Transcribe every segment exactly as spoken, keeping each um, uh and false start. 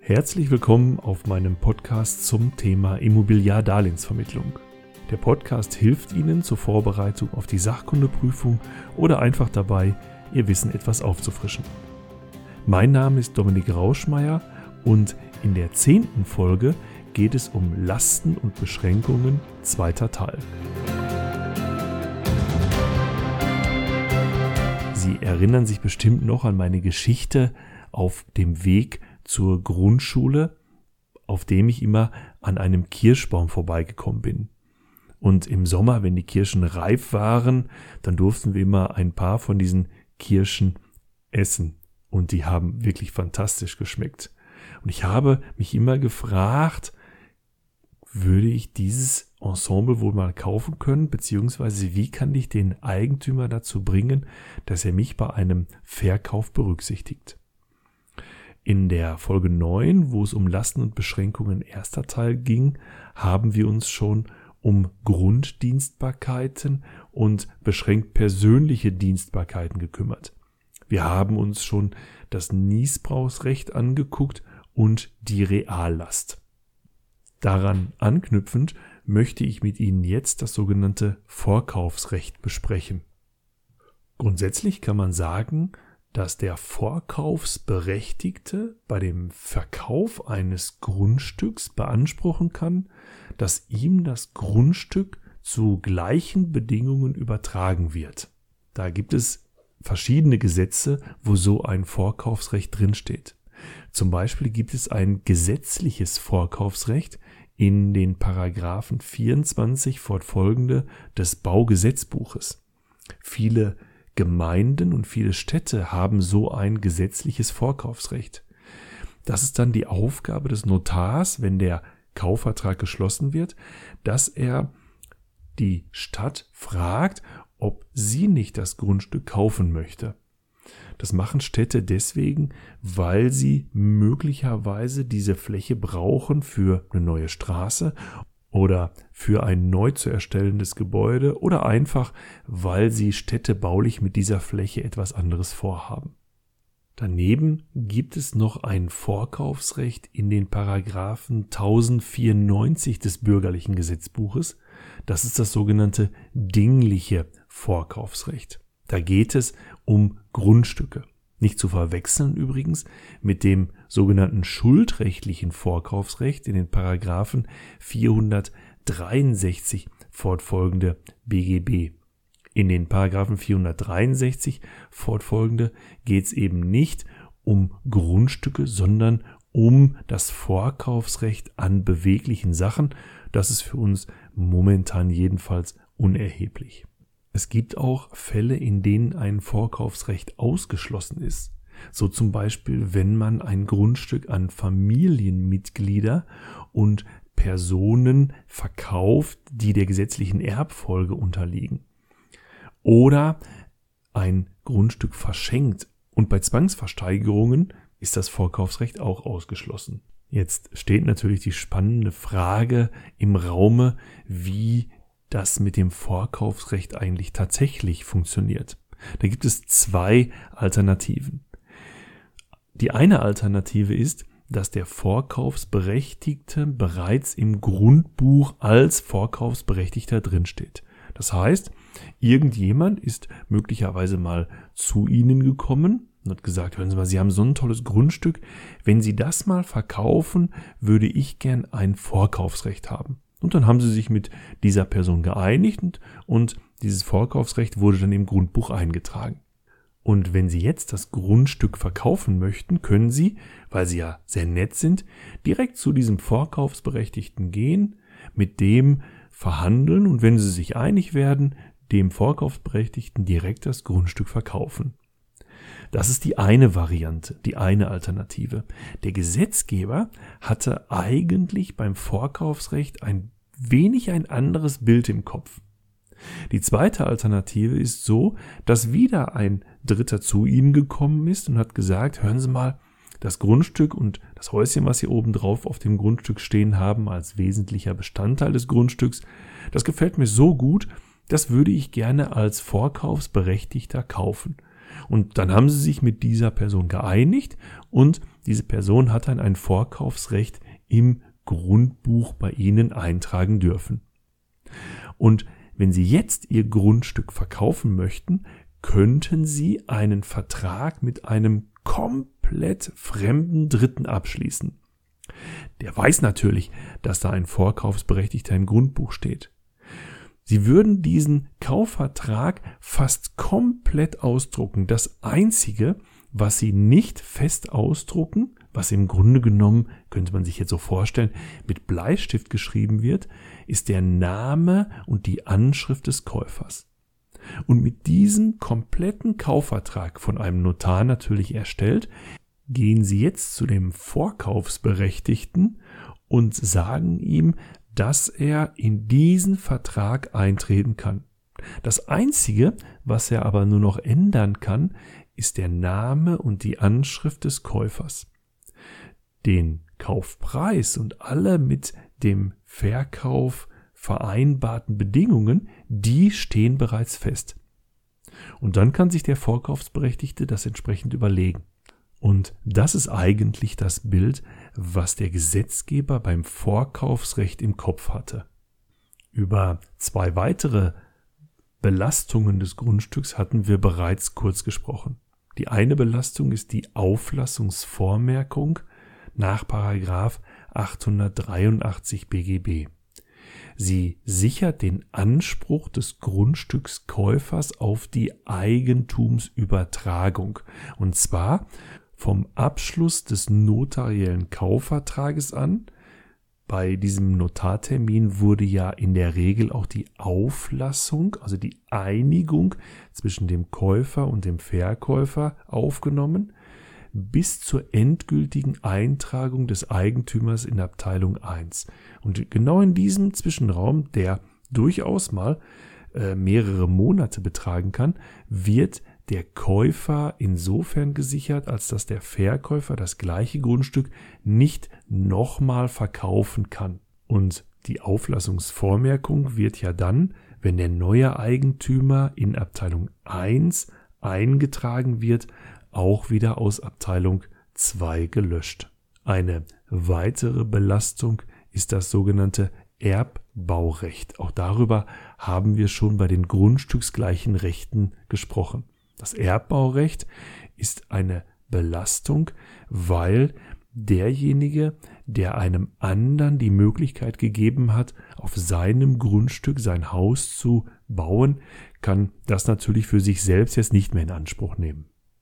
Herzlich willkommen auf meinem Podcast zum Thema Immobiliardarlehensvermittlung. Der Podcast hilft Ihnen zur Vorbereitung auf die Sachkundeprüfung oder einfach dabei, Ihr Wissen etwas aufzufrischen. Mein Name ist Dominik Rauschmeier und in der zehnten Folge geht es um Lasten und Beschränkungen, zweiter Teil. Sie erinnern sich bestimmt noch an meine Geschichte auf dem Weg zur Grundschule, auf dem ich immer an einem Kirschbaum vorbeigekommen bin. Und im Sommer, wenn die Kirschen reif waren, dann durften wir immer ein paar von diesen Kirschen essen. Und die haben wirklich fantastisch geschmeckt. Und ich habe mich immer gefragt, würde ich dieses Ensemble wohl mal kaufen können, beziehungsweise wie kann ich den Eigentümer dazu bringen, dass er mich bei einem Verkauf berücksichtigt. In der Folge neun, wo es um Lasten und Beschränkungen erster Teil ging, haben wir uns schon um Grunddienstbarkeiten und beschränkt persönliche Dienstbarkeiten gekümmert. Wir haben uns schon das Niesbrauchsrecht angeguckt und die Reallast. Daran anknüpfend möchte ich mit Ihnen jetzt das sogenannte Vorkaufsrecht besprechen. Grundsätzlich kann man sagen, dass der Vorkaufsberechtigte bei dem Verkauf eines Grundstücks beanspruchen kann, dass ihm das Grundstück zu gleichen Bedingungen übertragen wird. Da gibt es verschiedene Gesetze, wo so ein Vorkaufsrecht drinsteht. Zum Beispiel gibt es ein gesetzliches Vorkaufsrecht in den Paragraphen vierundzwanzig fortfolgende des Baugesetzbuches. Viele Gemeinden und viele Städte haben so ein gesetzliches Vorkaufsrecht. Das ist dann die Aufgabe des Notars, wenn der Kaufvertrag geschlossen wird, dass er die Stadt fragt, ob sie nicht das Grundstück kaufen möchte. Das machen Städte deswegen, weil sie möglicherweise diese Fläche brauchen für eine neue Straße oder für ein neu zu erstellendes Gebäude oder einfach, weil sie städtebaulich mit dieser Fläche etwas anderes vorhaben. Daneben gibt es noch ein Vorkaufsrecht in den Paragraphen tausendvierundneunzig des Bürgerlichen Gesetzbuches. Das ist das sogenannte dingliche Vorkaufsrecht. Da geht es um Grundstücke. Nicht zu verwechseln übrigens mit dem sogenannten schuldrechtlichen Vorkaufsrecht in den Paragraphen vierhundertdreiundsechzig fortfolgende B G B. In den Paragraphen vierhundertdreiundsechzig fortfolgende geht es eben nicht um Grundstücke, sondern um das Vorkaufsrecht an beweglichen Sachen. Das ist für uns momentan jedenfalls unerheblich. Es gibt auch Fälle, in denen ein Vorkaufsrecht ausgeschlossen ist. So zum Beispiel, wenn man ein Grundstück an Familienmitglieder und Personen verkauft, die der gesetzlichen Erbfolge unterliegen. Oder ein Grundstück verschenkt. Und bei Zwangsversteigerungen ist das Vorkaufsrecht auch ausgeschlossen. Jetzt steht natürlich die spannende Frage im Raume, wie das mit dem Vorkaufsrecht eigentlich tatsächlich funktioniert. Da gibt es zwei Alternativen. Die eine Alternative ist, dass der Vorkaufsberechtigte bereits im Grundbuch als Vorkaufsberechtigter drinsteht. Das heißt, irgendjemand ist möglicherweise mal zu Ihnen gekommen und hat gesagt, hören Sie mal, Sie haben so ein tolles Grundstück. Wenn Sie das mal verkaufen, würde ich gern ein Vorkaufsrecht haben. Und dann haben sie sich mit dieser Person geeinigt und, und dieses Vorkaufsrecht wurde dann im Grundbuch eingetragen. Und wenn Sie jetzt das Grundstück verkaufen möchten, können Sie, weil Sie ja sehr nett sind, direkt zu diesem Vorkaufsberechtigten gehen, mit dem verhandeln und wenn Sie sich einig werden, dem Vorkaufsberechtigten direkt das Grundstück verkaufen. Das ist die eine Variante, die eine Alternative. Der Gesetzgeber hatte eigentlich beim Vorkaufsrecht ein wenig ein anderes Bild im Kopf. Die zweite Alternative ist so, dass wieder ein Dritter zu Ihnen gekommen ist und hat gesagt, hören Sie mal, das Grundstück und das Häuschen, was Sie oben drauf auf dem Grundstück stehen haben, als wesentlicher Bestandteil des Grundstücks, das gefällt mir so gut, das würde ich gerne als Vorkaufsberechtigter kaufen. Und dann haben sie sich mit dieser Person geeinigt und diese Person hat dann ein Vorkaufsrecht im Grundbuch bei Ihnen eintragen dürfen. Und wenn Sie jetzt Ihr Grundstück verkaufen möchten, könnten Sie einen Vertrag mit einem komplett fremden Dritten abschließen. Der weiß natürlich, dass da ein Vorkaufsberechtigter im Grundbuch steht. Sie würden diesen Kaufvertrag fast komplett ausdrucken. Das Einzige, was Sie nicht fest ausdrucken, was im Grunde genommen, könnte man sich jetzt so vorstellen, mit Bleistift geschrieben wird, ist der Name und die Anschrift des Käufers. Und mit diesem kompletten Kaufvertrag von einem Notar natürlich erstellt, gehen Sie jetzt zu dem Vorkaufsberechtigten und sagen ihm, dass er in diesen Vertrag eintreten kann. Das Einzige, was er aber nur noch ändern kann, ist der Name und die Anschrift des Käufers. Den Kaufpreis und alle mit dem Verkauf vereinbarten Bedingungen, die stehen bereits fest. Und dann kann sich der Vorkaufsberechtigte das entsprechend überlegen. Und das ist eigentlich das Bild, was der Gesetzgeber beim Vorkaufsrecht im Kopf hatte. Über zwei weitere Belastungen des Grundstücks hatten wir bereits kurz gesprochen. Die eine Belastung ist die Auflassungsvormerkung nach Paragraph achthundertdreiundachtzig B G B. Sie sichert den Anspruch des Grundstückskäufers auf die Eigentumsübertragung, und zwar vom Abschluss des notariellen Kaufvertrages an. Bei diesem Notartermin wurde ja in der Regel auch die Auflassung, also die Einigung zwischen dem Käufer und dem Verkäufer aufgenommen, bis zur endgültigen Eintragung des Eigentümers in Abteilung eins. Und genau in diesem Zwischenraum, der durchaus mal äh, mehrere Monate betragen kann, wird der Käufer insofern gesichert, als dass der Verkäufer das gleiche Grundstück nicht nochmal verkaufen kann. Und die Auflassungsvormerkung wird ja dann, wenn der neue Eigentümer in Abteilung eins eingetragen wird, auch wieder aus Abteilung zwei gelöscht. Eine weitere Belastung ist das sogenannte Erbbaurecht. Auch darüber haben wir schon bei den grundstücksgleichen Rechten gesprochen. Das Erbbaurecht ist eine Belastung, weil derjenige, der einem anderen die Möglichkeit gegeben hat, auf seinem Grundstück sein Haus zu bauen, kann das natürlich für sich selbst jetzt nicht mehr in Anspruch nehmen.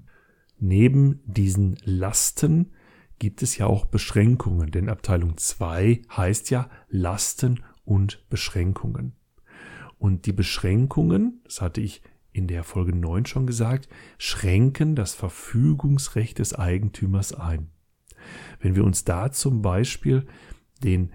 Neben diesen Lasten gibt es ja auch Beschränkungen, denn Abteilung zwei heißt ja Lasten und Beschränkungen. Und die Beschränkungen, das hatte ich in der Folge neun schon gesagt, schränken das Verfügungsrecht des Eigentümers ein. Wenn wir uns da zum Beispiel den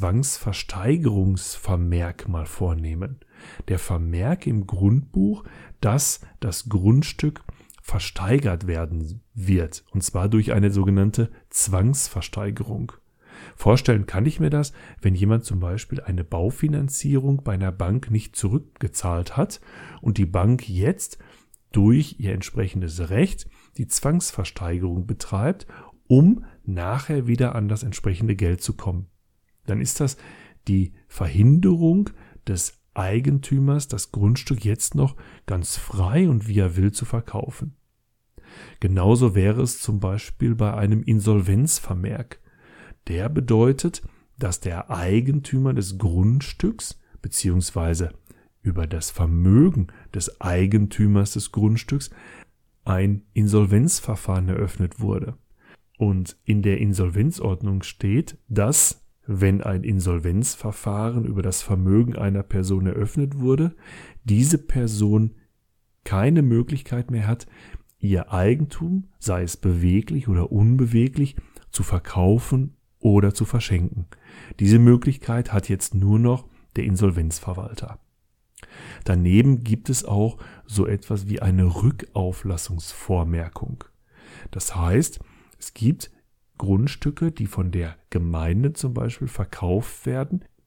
Zwangsversteigerungsvermerk mal vornehmen, der Vermerk im Grundbuch, dass das Grundstück versteigert werden wird, und zwar durch eine sogenannte Zwangsversteigerung. Vorstellen kann ich mir das, wenn jemand zum Beispiel eine Baufinanzierung bei einer Bank nicht zurückgezahlt hat und die Bank jetzt durch ihr entsprechendes Recht die Zwangsversteigerung betreibt, um nachher wieder an das entsprechende Geld zu kommen. Dann ist das die Verhinderung des Eigentümers, das Grundstück jetzt noch ganz frei und wie er will zu verkaufen. Genauso wäre es zum Beispiel bei einem Insolvenzvermerk. Der bedeutet, dass der Eigentümer des Grundstücks bzw. über das Vermögen des Eigentümers des Grundstücks ein Insolvenzverfahren eröffnet wurde. Und in der Insolvenzordnung steht, dass, wenn ein Insolvenzverfahren über das Vermögen einer Person eröffnet wurde, diese Person keine Möglichkeit mehr hat, ihr Eigentum, sei es beweglich oder unbeweglich, zu verkaufen oder zu verschenken. Diese Möglichkeit hat jetzt nur noch der Insolvenzverwalter. Daneben gibt es auch so etwas wie eine Rückauflassungsvormerkung. Das heißt, es gibt Grundstücke, die von der Gemeinde zum Beispiel verkauft werden,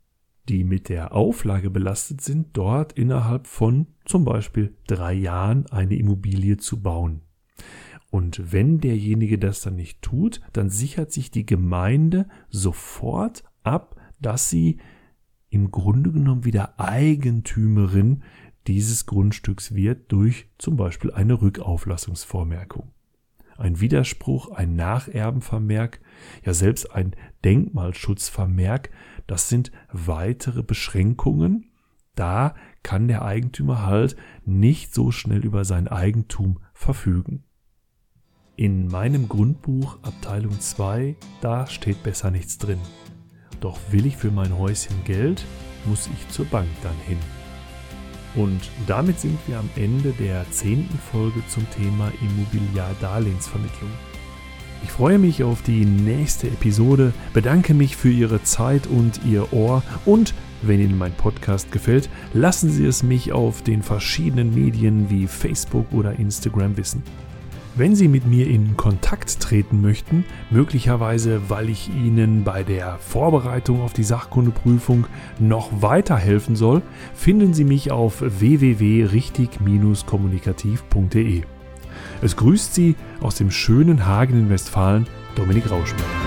die mit der Auflage belastet sind, dort innerhalb von zum Beispiel drei Jahren eine Immobilie zu bauen. Und wenn derjenige das dann nicht tut, dann sichert sich die Gemeinde sofort ab, dass sie im Grunde genommen wieder Eigentümerin dieses Grundstücks wird durch zum Beispiel eine Rückauflassungsvormerkung. Ein Widerspruch, ein Nacherbenvermerk, ja selbst ein Denkmalschutzvermerk, das sind weitere Beschränkungen. Da kann der Eigentümer halt nicht so schnell über sein Eigentum verfügen. In meinem Grundbuch Abteilung zwei, da steht besser nichts drin. Doch will ich für mein Häuschen Geld, muss ich zur Bank dann hin. Und damit sind wir am Ende der zehnten Folge zum Thema Immobiliardarlehensvermittlung. Ich freue mich auf die nächste Episode, bedanke mich für Ihre Zeit und Ihr Ohr und wenn Ihnen mein Podcast gefällt, lassen Sie es mich auf den verschiedenen Medien wie Facebook oder Instagram wissen. Wenn Sie mit mir in Kontakt treten möchten, möglicherweise weil ich Ihnen bei der Vorbereitung auf die Sachkundeprüfung noch weiterhelfen soll, finden Sie mich auf w w w punkt richtig Bindestrich kommunikativ punkt de. Es grüßt Sie aus dem schönen Hagen in Westfalen, Dominik Rauschmann.